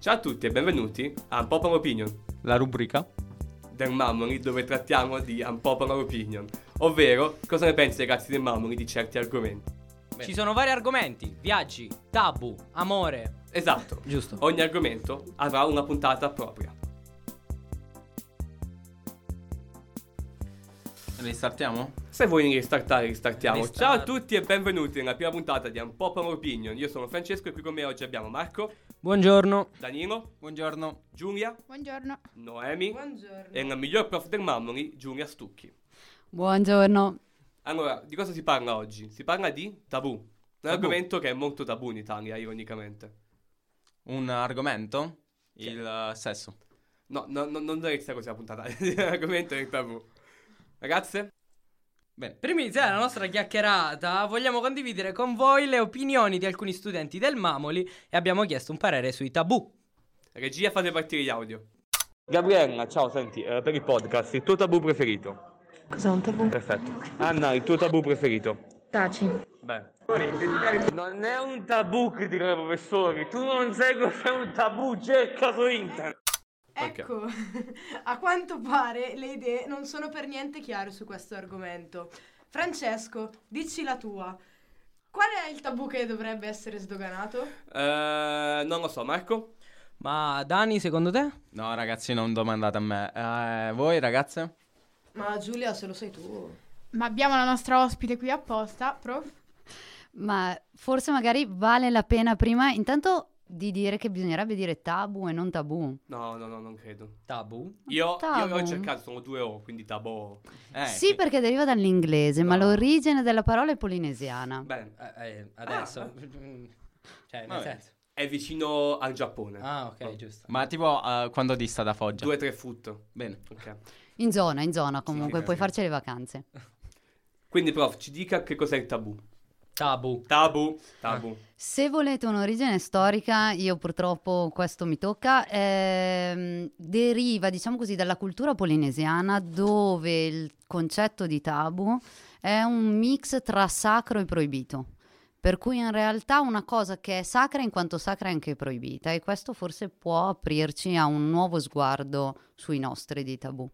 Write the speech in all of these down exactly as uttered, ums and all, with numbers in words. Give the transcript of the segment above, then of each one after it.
Ciao a tutti e benvenuti a Unpopular Opinion, la rubrica del Mammoni dove trattiamo di Unpopular Opinion, ovvero cosa ne pensi ragazzi del Mammoni di certi argomenti. Bene. Ci sono vari argomenti: viaggi, tabù, amore. Esatto, giusto. Ogni argomento avrà una puntata propria. Ristartiamo? Se vuoi ristartare, ristartiamo. Restart. Ciao a tutti e benvenuti nella prima puntata di Unpopular Opinion. Io sono Francesco e qui con me oggi abbiamo Marco. Buongiorno. Danilo. Buongiorno. Giulia. Buongiorno. Noemi. Buongiorno. E la miglior prof del Mammoni, Giulia Stucchi. Buongiorno. Allora, di cosa si parla oggi? Si parla di tabù. Un Tabù. argomento che è molto tabù in Italia, ironicamente. Un argomento? Il uh, sesso. No, no, no, non deve essere così la puntata. L'argomento è il tabù. Ragazze? Bene. Prima di iniziare la nostra chiacchierata, vogliamo condividere con voi le opinioni di alcuni studenti del Mamoli e abbiamo chiesto un parere sui tabù. Regia, fate partire gli audio. Gabriella, ciao, senti, eh, per il podcast, il tuo tabù preferito? Cos'è un tabù? Perfetto. Anna, il tuo tabù preferito? Taci. Beh. Non è un tabù che dicono i professori, tu non sai cos'è un tabù, cerca su internet. Ecco, a quanto pare le idee non sono per niente chiare su questo argomento. Francesco, dici la tua. Qual è il tabù che dovrebbe essere sdoganato? Eh, non lo so, Marco? Ma Dani, secondo te? No, ragazzi, non domandate a me. Eh, voi, ragazze? Ma Giulia, se lo sai tu. Ma abbiamo la nostra ospite qui apposta, prof. Ma forse magari vale la pena prima intanto di dire che bisognerebbe dire tabù e non tabù. No, no, no, non credo. Tabù? Io, Tabù. io ho cercato, sono due O, quindi tabù. Eh, sì, qui- perché deriva dall'inglese, ma No. l'origine della parola è polinesiana. Bene, Eh, eh, adesso. Ah. Cioè, nel Vabbè. senso. è vicino al Giappone. Ah, ok, Oh. giusto. Ma tipo, uh, quando dista da Foggia? Due, tre foot. Bene. Ok. In zona, in zona comunque, sì, puoi sì. farci le vacanze. Quindi, prof, ci dica che cos'è il tabù. Tabù. Tabù. Tabù. Se volete un'origine storica, io purtroppo questo mi tocca, ehm, deriva, diciamo così, dalla cultura polinesiana, dove il concetto di tabù è un mix tra sacro e proibito. Per cui in realtà una cosa che è sacra in quanto sacra è anche proibita, e questo forse può aprirci a un nuovo sguardo sui nostri di tabù.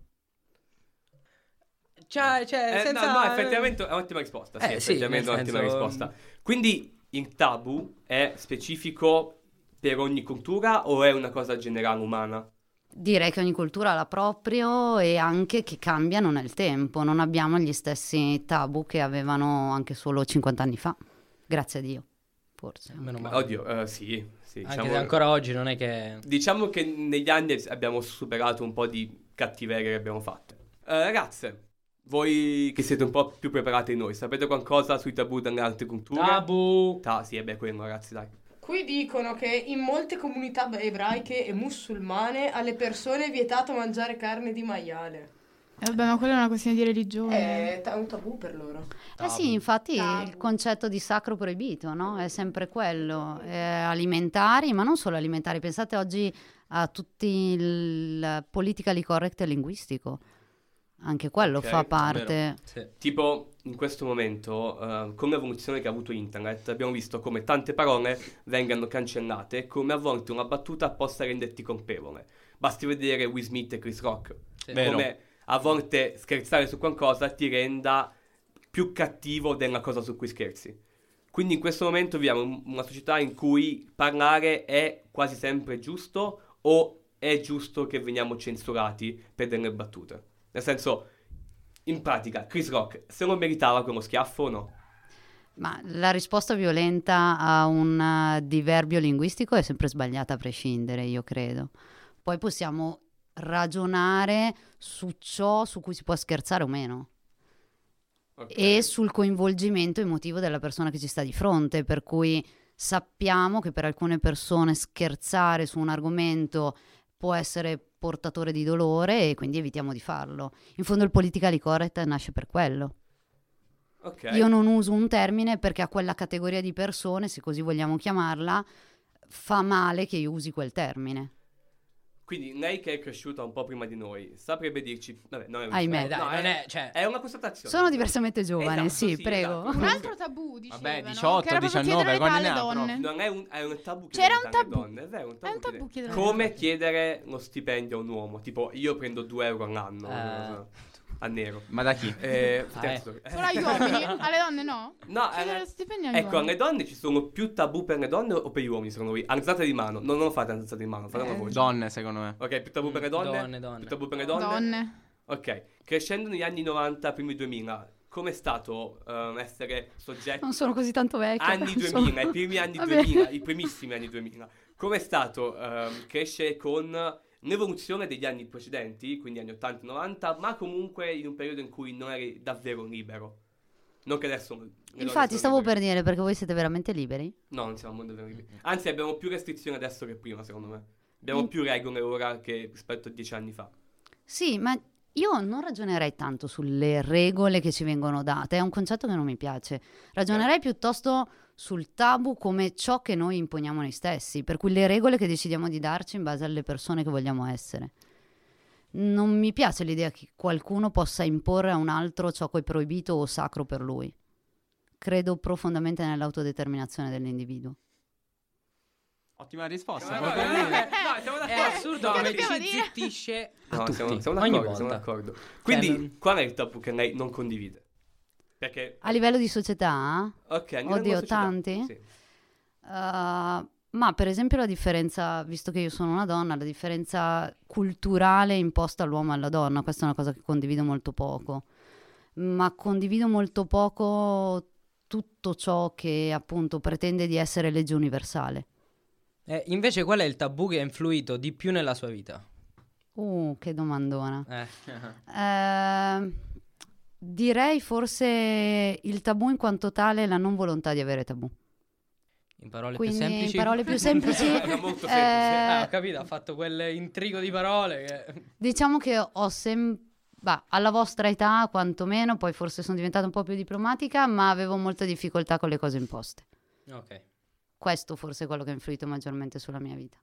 Cioè, cioè, Eh, senza... no, no, effettivamente è un'ottima risposta. Sì, Eh, sì, effettivamente è nel un'ottima senso- risposta. Quindi il tabù è specifico per ogni cultura o è una cosa generale umana? Direi che ogni cultura ha la proprio e anche che cambiano nel tempo. Non abbiamo gli stessi tabù che avevano anche solo cinquanta anni fa. Grazie a Dio, forse. Meno male. Oddio, eh, sì, sì. Anche Diciamo, se ancora oggi non è che... diciamo che negli anni abbiamo superato un po' di cattiverie che abbiamo fatto. Eh, ragazze, voi che siete un po' più preparate di noi, sapete qualcosa sui tabù delle altre culture? Tabù. Ta- sì, e beh, quello ragazzi, dai. Qui dicono che in molte comunità ebraiche e musulmane alle persone è vietato mangiare carne di maiale. Eh, vabbè, ma quella è una questione di religione. È ta- un tabù per loro. Eh sì, infatti Tabù. il concetto di sacro proibito, no? È sempre quello. Eh, alimentari, ma non solo alimentari. Pensate oggi a tutti il politically correct linguistico. Anche quello Ok, fa parte. Sì. Tipo, in questo momento, eh, con l'evoluzione che ha avuto internet, abbiamo visto come tante parole vengano cancellate e come a volte una battuta possa renderti colpevole. Basti vedere Will Smith e Chris Rock. Sì. Vero. Come a volte scherzare su qualcosa ti renda più cattivo della cosa su cui scherzi. Quindi in questo momento viviamo in una società in cui parlare è quasi sempre giusto o è giusto che veniamo censurati per delle battute. Nel senso, in pratica, Chris Rock se lo meritava quello schiaffo o no? Ma la risposta violenta a un uh, diverbio linguistico è sempre sbagliata a prescindere, io credo. Poi possiamo ragionare su ciò su cui si può scherzare o meno. Ok. E sul coinvolgimento emotivo della persona che ci sta di fronte, per cui sappiamo che per alcune persone scherzare su un argomento può essere portatore di dolore e quindi evitiamo di farlo. In fondo il politically correct nasce per quello. Ok. Io non uso un termine perché a quella categoria di persone, se così vogliamo chiamarla, fa male che io usi quel termine. Quindi lei che è cresciuta un po' prima di noi saprebbe dirci, vabbè, non è un Ahimè. Eh, dai, no, non è, cioè, è una constatazione. Sono diversamente giovane, Esatto, sì, sì, prego. esatto. Un altro tabù, dicevano. Vabbè, diciotto, che era proprio diciannove, chiedere quanti l'età ne alle ha, donne. Non è un, è un tabù C'era chiedere un l'età alle tabù. donne, è vero, un tabù, È un tabù chiedere. chiedere Come l'età. chiedere lo stipendio a un uomo, tipo io prendo due euro all'anno, Eh. non lo so, a nero. Ma da chi? Eh, Ah, terzo- eh. Solo agli uomini, alle donne no? No, Chiedere eh, lo stipendio agli ecco, uomini. alle donne ci sono più tabù per le donne o per gli uomini, secondo voi? Alzate di mano, no, non fate alzate di mano, fate una Eh, voce. Donne, secondo me. Ok, più tabù per le donne? Donne, donne. Più tabù per le donne? Donne. Ok, crescendo negli anni novanta, primi duemila, com'è stato ehm, essere soggetto... Non sono così tanto vecchia. Anni sono- duemila, i primi anni Va bene. duemila, i primissimi anni duemila. Com'è stato ehm, crescere con l'evoluzione degli anni precedenti, quindi anni ottanta novanta, ma comunque in un periodo in cui non eri davvero libero? Non che adesso... le donne Infatti, sono stavo libere. per dire, perché voi siete veramente liberi? No, non siamo davvero liberi. Anzi, abbiamo più restrizioni adesso che prima, secondo me. Abbiamo Mm. più regole ora che rispetto a dieci anni fa. Sì, ma io non ragionerei tanto sulle regole che ci vengono date, è un concetto che non mi piace. Ragionerei piuttosto sul tabù come ciò che noi imponiamo noi stessi, per cui le regole che decidiamo di darci in base alle persone che vogliamo essere. Non mi piace l'idea che qualcuno possa imporre a un altro ciò che è proibito o sacro per lui. Credo profondamente nell'autodeterminazione dell'individuo. Ottima risposta. No, proprio no, lì. no, no, siamo È d'accordo. assurdo Che come dobbiamo ci dire? zittisce a No, tutti, siamo, siamo ogni d'accordo, volta. siamo d'accordo. Quindi, Cioè, non- qual è il tabù che lei non condivide? Perché... A livello di società, Ok, a livello Oddio, società, tanti? sì. Uh, ma per esempio la differenza, visto che io sono una donna, la differenza culturale imposta all'uomo e alla donna, questa è una cosa che condivido molto poco, ma condivido molto poco tutto ciò che appunto pretende di essere legge universale. Eh, invece qual è il tabù che ha influito di più nella sua vita? Uh, che domandona. Eh. Eh, direi forse il tabù in quanto tale, la non volontà di avere tabù. In parole Quindi più semplici? in parole più semplici, Era molto eh, semplice. Ah, ho capito, ha fatto quell'intrigo di parole che... diciamo che ho sempre, alla vostra età quantomeno, poi forse sono diventata un po' più diplomatica, ma avevo molta difficoltà con le cose imposte. Ok. Questo forse è quello che ha influito maggiormente sulla mia vita.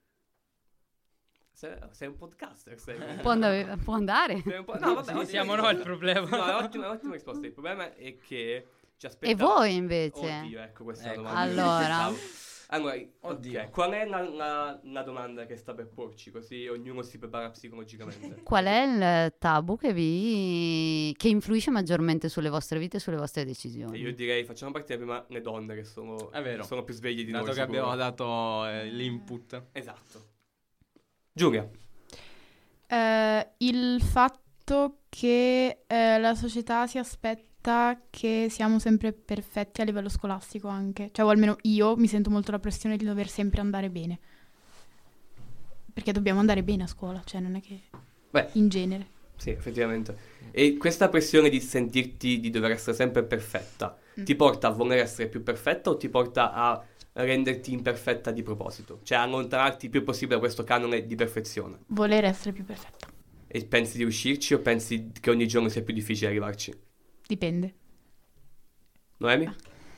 Sei, sei un podcaster, sei. Può, andare- può andare? Sei un po'... No, vabbè, Sì, ottima siamo risposta. noi il problema. No, è ottima, ottima risposta. Il problema è che ci E aspettavamo... voi invece? Oddio, ecco, questa è Ecco. la domanda. che Allora. aspettavo. Allora, Oddio. ok, qual è la, la- la domanda che sta per porci? Così ognuno si prepara psicologicamente. Qual è il tabù che vi che influisce maggiormente sulle vostre vite e sulle vostre E decisioni? io direi facciamo partire prima le donne che sono, È vero. sono più sveglie di Dato noi. che sicuro. abbiamo dato eh, l'input. Esatto. Giulia. Eh, il fatto che eh, la società si aspetta che siamo sempre perfetti a livello scolastico anche. Cioè, o almeno io mi sento molto la pressione di dover sempre andare bene. Perché dobbiamo andare bene a scuola, cioè non è che... Beh, In genere. sì, effettivamente. E questa pressione di sentirti di dover essere sempre perfetta Mm. ti porta a voler essere più perfetta o ti porta a renderti imperfetta di proposito? Cioè a allontanarti il più possibile da questo canone di perfezione? Voler essere più perfetta. E pensi di riuscirci o pensi che ogni giorno sia più difficile arrivarci? Dipende. Noemi?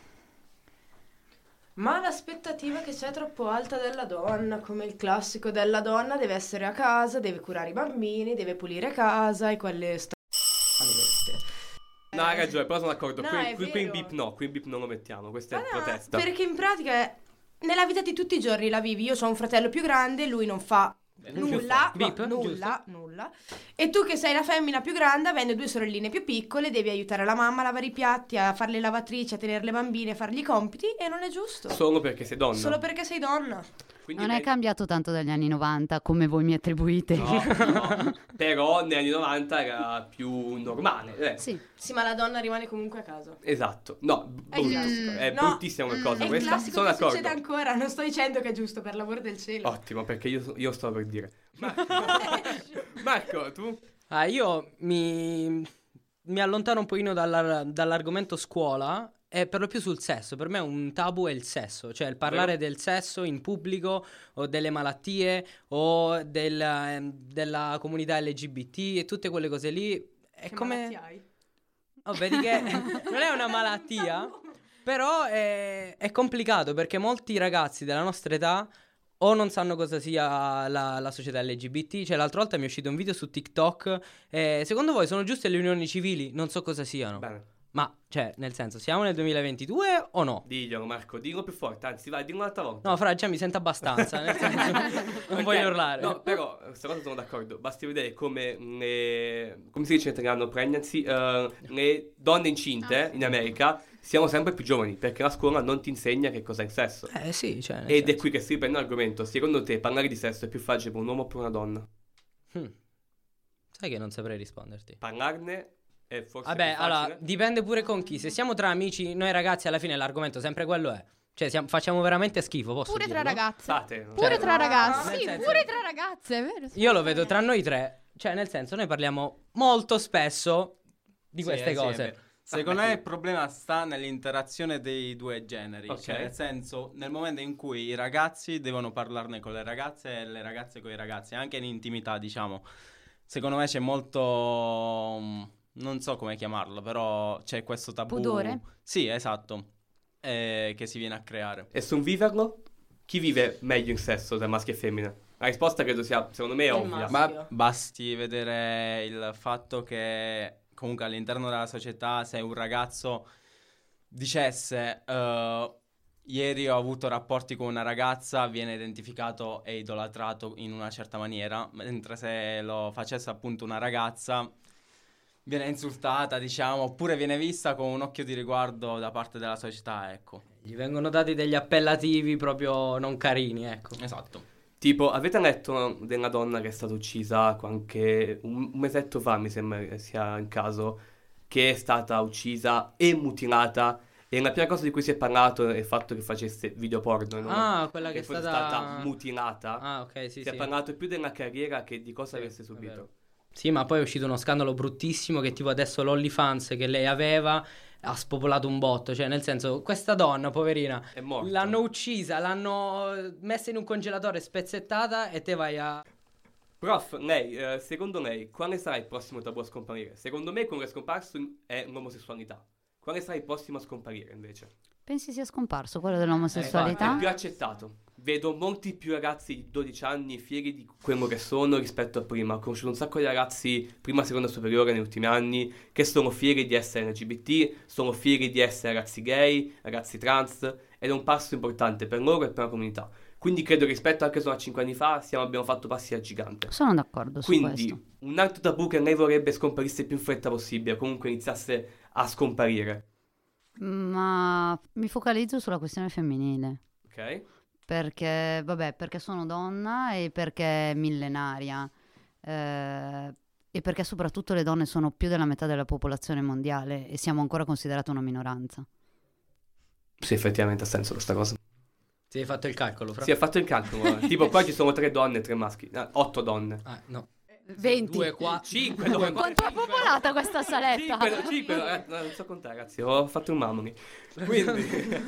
Ma l'aspettativa che c'è troppo alta della donna, come il classico della donna deve essere a casa, deve curare i bambini, deve pulire casa e quelle st- No, hai ragione, però sono d'accordo. No, qui, è qui, qui in vero. beep no, qui in beep non lo mettiamo. Questa è Ma no, protesta. perché in pratica è- nella vita di tutti i giorni la vivi. Io ho un fratello più grande, lui non fa nulla, Bip, ma nulla, nulla. E tu che sei la femmina più grande, avendo due sorelline più piccole, devi aiutare la mamma a lavare i piatti, a fare le lavatrici, a tenere le bambine, a fargli i compiti e non è giusto. Solo perché sei donna. Solo perché sei donna. Quindi Non è pen- cambiato tanto dagli anni novanta come voi mi attribuite. No, no. Però negli anni novanta era più normale. eh. Sì. Sì, ma la donna rimane comunque a casa. Esatto. No, È il brutto. classico. È No, bruttissima come cosa. È il Questa classico sono che d'accordo. succede ancora, non sto dicendo che è giusto, per l'amor del cielo. Ottimo, perché io, io stavo per dire. Marco, Marco, tu? Ah, io mi, mi allontano un pochino dalla- dall'argomento scuola e per lo più sul sesso. Per me un tabù è il sesso, cioè il parlare Vero. del sesso in pubblico o delle malattie o del, ehm, della comunità L G B T e tutte quelle cose lì. È Che come... malattia hai? Oh, vedi che non è una malattia, però è, è complicato perché molti ragazzi della nostra età o non sanno cosa sia la, la società L G B T. Cioè, l'altra volta mi è uscito un video su TikTok. Eh, secondo voi sono giuste le unioni civili? Non so cosa siano. Bene. Ma, cioè, nel senso, siamo nel duemilaventidue o no? Diglielo Marco, dillo più forte, anzi vai, dillo un'altra volta. No, fra, già mi sento abbastanza, nel senso, non Ok, voglio urlare. No, però, questa cosa sono d'accordo. Basti vedere come le, come si dice in italiano, pregnancy, eh, le donne incinte in America siano sempre più giovani, perché la scuola non ti insegna che cos'è il sesso. Eh sì, cioè, nel Ed è senso. qui che si riprende l'argomento. Secondo te parlare di sesso è più facile per un uomo o per una donna? Hmm. Sai che non saprei risponderti. Parlarne è forse Vabbè, più allora, facile? dipende pure con chi. Se siamo tra amici, noi ragazzi, alla fine l'argomento sempre quello è. Cioè, siamo- facciamo veramente schifo, posso Pure tra dirlo? ragazze. State, Pure Cioè, tra ragazze. nel Sì, senso- pure tra ragazze, è vero. Io lo vedo tra noi tre. Cioè, nel senso, noi parliamo molto spesso di Sì, queste eh, sì, cose. è vero. Secondo me il problema sta nell'interazione dei due generi, Ok. cioè nel senso nel momento in cui i ragazzi devono parlarne con le ragazze e le ragazze con i ragazzi, anche in intimità diciamo, secondo me c'è molto, mm, non so come chiamarlo, però c'è questo tabù. Pudore? Sì, esatto, eh, che si viene a creare. E su viverlo? Chi vive meglio il sesso tra maschi e femmine? La risposta credo sia, secondo me, è Il ovvia. maschio. Ma basti vedere il fatto che comunque all'interno della società se un ragazzo dicesse eh, ieri ho avuto rapporti con una ragazza, viene identificato e idolatrato in una certa maniera, mentre se lo facesse appunto una ragazza viene insultata, diciamo, oppure viene vista con un occhio di riguardo da parte della società, ecco. Gli vengono dati degli appellativi proprio non carini, ecco. Esatto. Tipo, avete letto della donna che è stata uccisa qualche un un mesetto fa, mi sembra che sia il caso, che è stata uccisa e mutilata, e la prima cosa di cui si è parlato è il fatto che facesse video porno, no? Ah, quella che, è fosse stata... mutilata. Ah, ok, sì, si sì. è parlato più della carriera che di cosa Sì, avesse è subito. vero. Sì, ma poi è uscito uno scandalo bruttissimo che tipo adesso l'OnlyFans che lei aveva ha spopolato un botto. Cioè, nel senso, questa donna, poverina, È morta. l'hanno uccisa, l'hanno messa in un congelatore spezzettata e te vai a... Prof, lei, eh, secondo lei, quale sarà il prossimo tabù a scomparire? Secondo me quello che è scomparso è l'omosessualità. Quale sarà il prossimo a scomparire invece? Pensi sia scomparso quello È dell'omosessualità? più accettato. Vedo molti più ragazzi di dodici anni fieri di quello che sono rispetto a prima. Ho conosciuto un sacco di ragazzi, prima, seconda superiore, negli ultimi anni, che sono fieri di essere L G B T, sono fieri di essere ragazzi gay, ragazzi trans, ed è un passo importante per loro e per la comunità. Quindi credo che rispetto anche solo a cinque anni fa siamo, abbiamo fatto passi a gigante. Sono d'accordo su Quindi questo. un altro tabù che lei vorrebbe scomparisse il più in fretta possibile, comunque iniziasse a scomparire. Ma mi focalizzo sulla questione femminile. Ok? Perché, vabbè, perché sono donna e perché è millenaria. eh, e perché soprattutto le donne sono più della metà della popolazione mondiale e siamo ancora considerate una minoranza. Sì, effettivamente ha senso questa cosa. Ti hai fatto il calcolo, fra? Si è fatto il calcolo. eh. Tipo qua ci sono tre donne e tre maschi. Ah, otto donne. Ah, no. venti. Due, qua... Cinque donne. Quanto è popolata questa saletta? Cinque, cinque, eh, no, non so contare, ragazzi. Ho fatto un mammoni. Quindi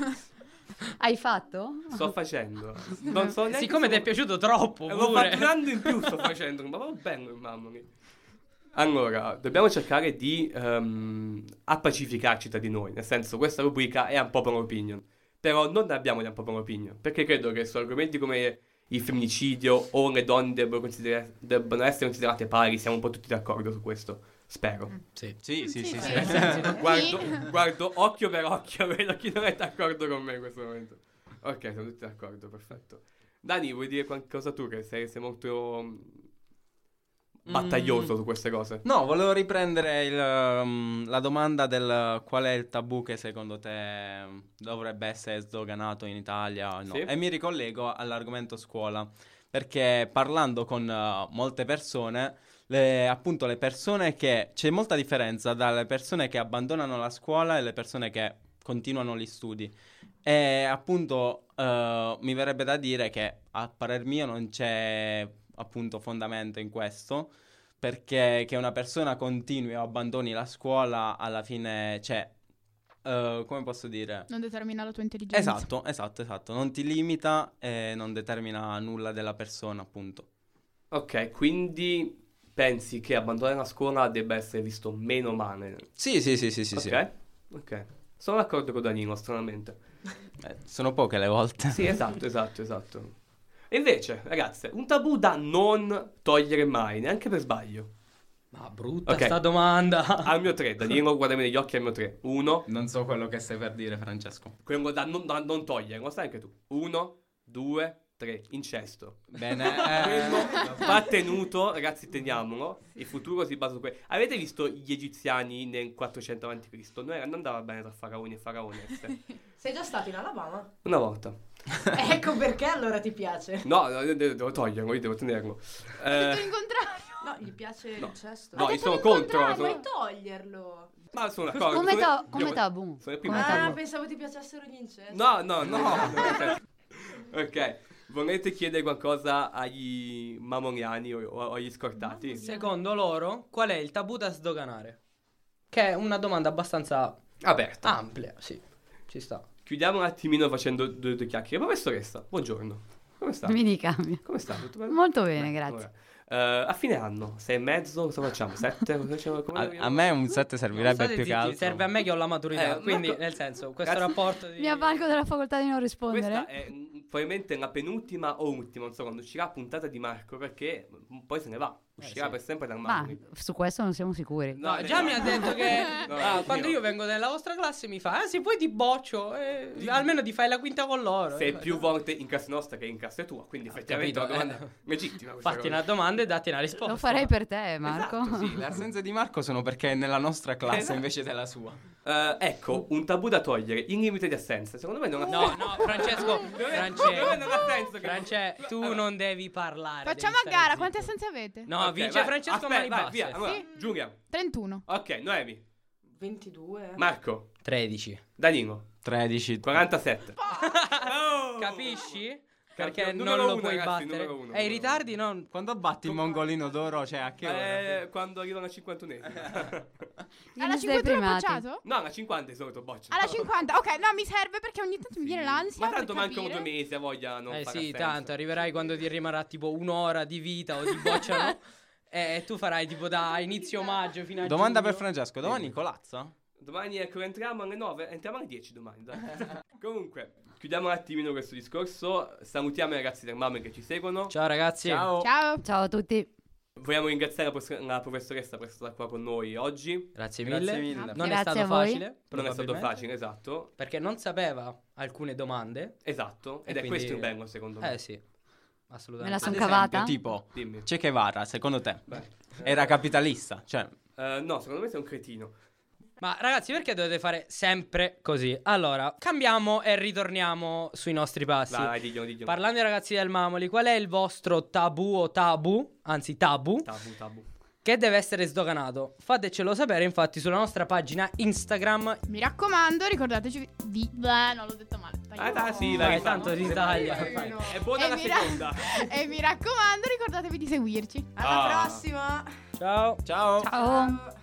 Hai fatto? sto facendo. Non so neanche Siccome ti è se- piaciuto troppo, Eh, L'ho pure. fatto un anno in più sto facendo. Ma va bene il mammoni. Allora, dobbiamo cercare di ehm, appacificarci tra di noi. Nel senso, questa rubrica è un popular opinion. Però non ne abbiamo di un popular opinion. Perché credo che su argomenti come il femminicidio o le donne debbano, considera- debbano essere considerate pari, siamo un po' tutti d'accordo su questo. Spero. Sì. Sì, sì, sì, sì. Nel senso, guardo, guardo occhio per occhio, vedo chi non è d'accordo con me in questo momento. Ok, siamo tutti d'accordo, perfetto. Dani, vuoi dire qualcosa tu che sei, sei molto mm, battaglioso Mm. su queste cose? No, volevo riprendere il, um, la domanda del qual è il tabù che secondo te um, dovrebbe essere sdoganato in Italia. No. Sì. E mi ricollego all'argomento scuola, perché parlando con uh, molte persone, le, appunto le persone che... c'è molta differenza dalle persone che abbandonano la scuola e le persone che continuano gli studi. E appunto uh, mi verrebbe da dire che a parer mio non c'è appunto fondamento in questo, perché che una persona continui o abbandoni la scuola alla fine, cioè, uh, come posso dire? Non determina la tua intelligenza. Esatto, esatto, esatto, non ti limita e non determina nulla della persona, appunto. Ok, quindi pensi che abbandonare la scuola debba essere visto meno male? Sì, sì, sì, sì, sì, ok? sì. Ok. Sono d'accordo con Danilo, stranamente. Eh, sono poche le volte. Sì, esatto, esatto, esatto. E invece, ragazze, un tabù da non togliere mai, neanche per sbaglio. Ma brutta Ok. sta domanda. Al mio tre, Danilo, guardami negli occhi al mio tre. Uno, Non so quello che stai per dire, Francesco. quello da non, da non togliere, lo sai anche tu. Uno, due, tre, incesto. Bene. Quello eh, va tenuto, ragazzi, teniamolo. Il futuro si basa su quello. Avete visto gli egiziani nel quattrecento avanti Cristo? Non, era- non andava bene tra faraoni e faraonesse. Sei già stato in Alabama? Una volta. Ecco perché allora ti piace. No, no, io devo, devo toglierlo, io devo tenerlo. Eh, Tutto in contrario. No, gli piace l'incesto. no, Ma io sono detto il contro. contrario, Sono, puoi toglierlo. ma sono d'accordo. Come, sono- ta- come io- tabù. sono il primo. Come Ah, tabù. pensavo ti piacessero gli incesti. No, no, no. Ok, volete chiedere qualcosa agli mamoniani o, o agli scortati? Secondo loro, qual è il tabù da sdoganare? Che è una domanda abbastanza Aperta. ampia, sì, ci sta. Chiudiamo un attimino facendo due, due chiacchiere. Professoressa, buongiorno. Come sta? Mi dica. Come sta? Tutto bene? Molto bene, grazie. Allora, eh, a fine anno, sei e mezzo, cosa facciamo? Sette? Cosa facciamo? Come a, arriviamo? a me un sette servirebbe State più che zitti, altro. serve a me che ho la maturità, Eh, quindi Marco- nel senso, questo Ragazzi- rapporto di... Mi avvalgo della facoltà di non rispondere. Questa è mm, probabilmente la penultima o ultima, non so quando uscirà puntata di Marco, perché mm, poi se ne va. Uscirà sì. per sempre dal Ma Mamoli. su questo non siamo sicuri. No, ne- già mi ha detto che No, ah, no, quando io- io vengo nella vostra classe mi fa, ah sì, poi ti boccio, eh, almeno ti fai la quinta con loro. Sei Eh, più volte in classe nostra che in classe tua, quindi effettivamente è una capito, domanda eh. legittima. questa Fatti cosa. una domanda e datti una risposta. Lo farei per te, Marco. Esatto, Sì, le assenze di Marco sono perché è nella nostra classe Esatto. invece della sua. Eh, ecco, un tabù da togliere, il limite di assenza. Secondo me non ha No, senso. no, Francesco, Secondo me France, non ha senso. che- France, tu Allora, non devi parlare. Facciamo devi a stare gara, zitto. quante assenze avete? No, ok, vince vai, Francesco aspetta, mani vai, basse. via. Allora, Sì. Giulia. trentuno. Ok, Noemi. ventidue. Marco. tredici. Danilo. tredici. quarantasette. Oh! Capisci? Campione- Perché numero non lo uno, puoi ragazzi, battere. numero uno, E i numero ritardi non... Quando batti il mongolino d'oro, cioè a che ora? Eh, quando arrivano a cinquantunesima. Alla Guinness dei cinquantuno primati. bocciato? No, a cinquanta di solito boccia. Alla cinquanta, ok, no, mi serve perché ogni tanto mi viene l'ansia. Ma tanto per mancano capire. due mesi a voglia non Eh fare sì, assenza. tanto arriverai quando ti rimarrà tipo un'ora di vita o ti bocciano e tu farai tipo da inizio maggio fino a Domanda giugno. per Francesco, domani colazza? Domani ecco, entriamo alle nove, entriamo alle dieci domani, dai. Comunque, chiudiamo un attimino questo discorso. Salutiamo i ragazzi del Mamma che ci seguono. Ciao ragazzi. Ciao. Ciao. Ciao a tutti. Vogliamo ringraziare la, professor- la professoressa per essere stata qua con noi oggi. Grazie mille. Grazie mille. Non Grazie è stato a voi. facile. Non è stato probabilmente, facile, esatto. Perché non sapeva alcune domande. Esatto. Ed E è quindi- questo il bello, secondo me. Eh sì. Me Assolutamente. la Ad son esempio, cavata? tipo, Dimmi. Che Guevara, secondo te, Beh. era capitalista? Cioè, Eh, no, secondo me sei un cretino. Ma ragazzi, perché dovete fare sempre così? Allora, cambiamo e ritorniamo sui nostri passi. Vai, diglielo, diglielo. Parlando ai ragazzi del Mamoli, qual è il vostro tabù o tabu, anzi tabu, Tabu, tabu. che deve essere sdoganato? Fatecelo sapere infatti sulla nostra pagina Instagram. Mi raccomando, ricordateci di... Beh, non l'ho detto male. Ah, dai, sì, Vai, dai, tanto fai. si taglia. Carino. È buona E la mi ra- seconda. E mi raccomando, ricordatevi di seguirci. Alla Ah. prossima. Ciao. ciao. Ciao. Ciao.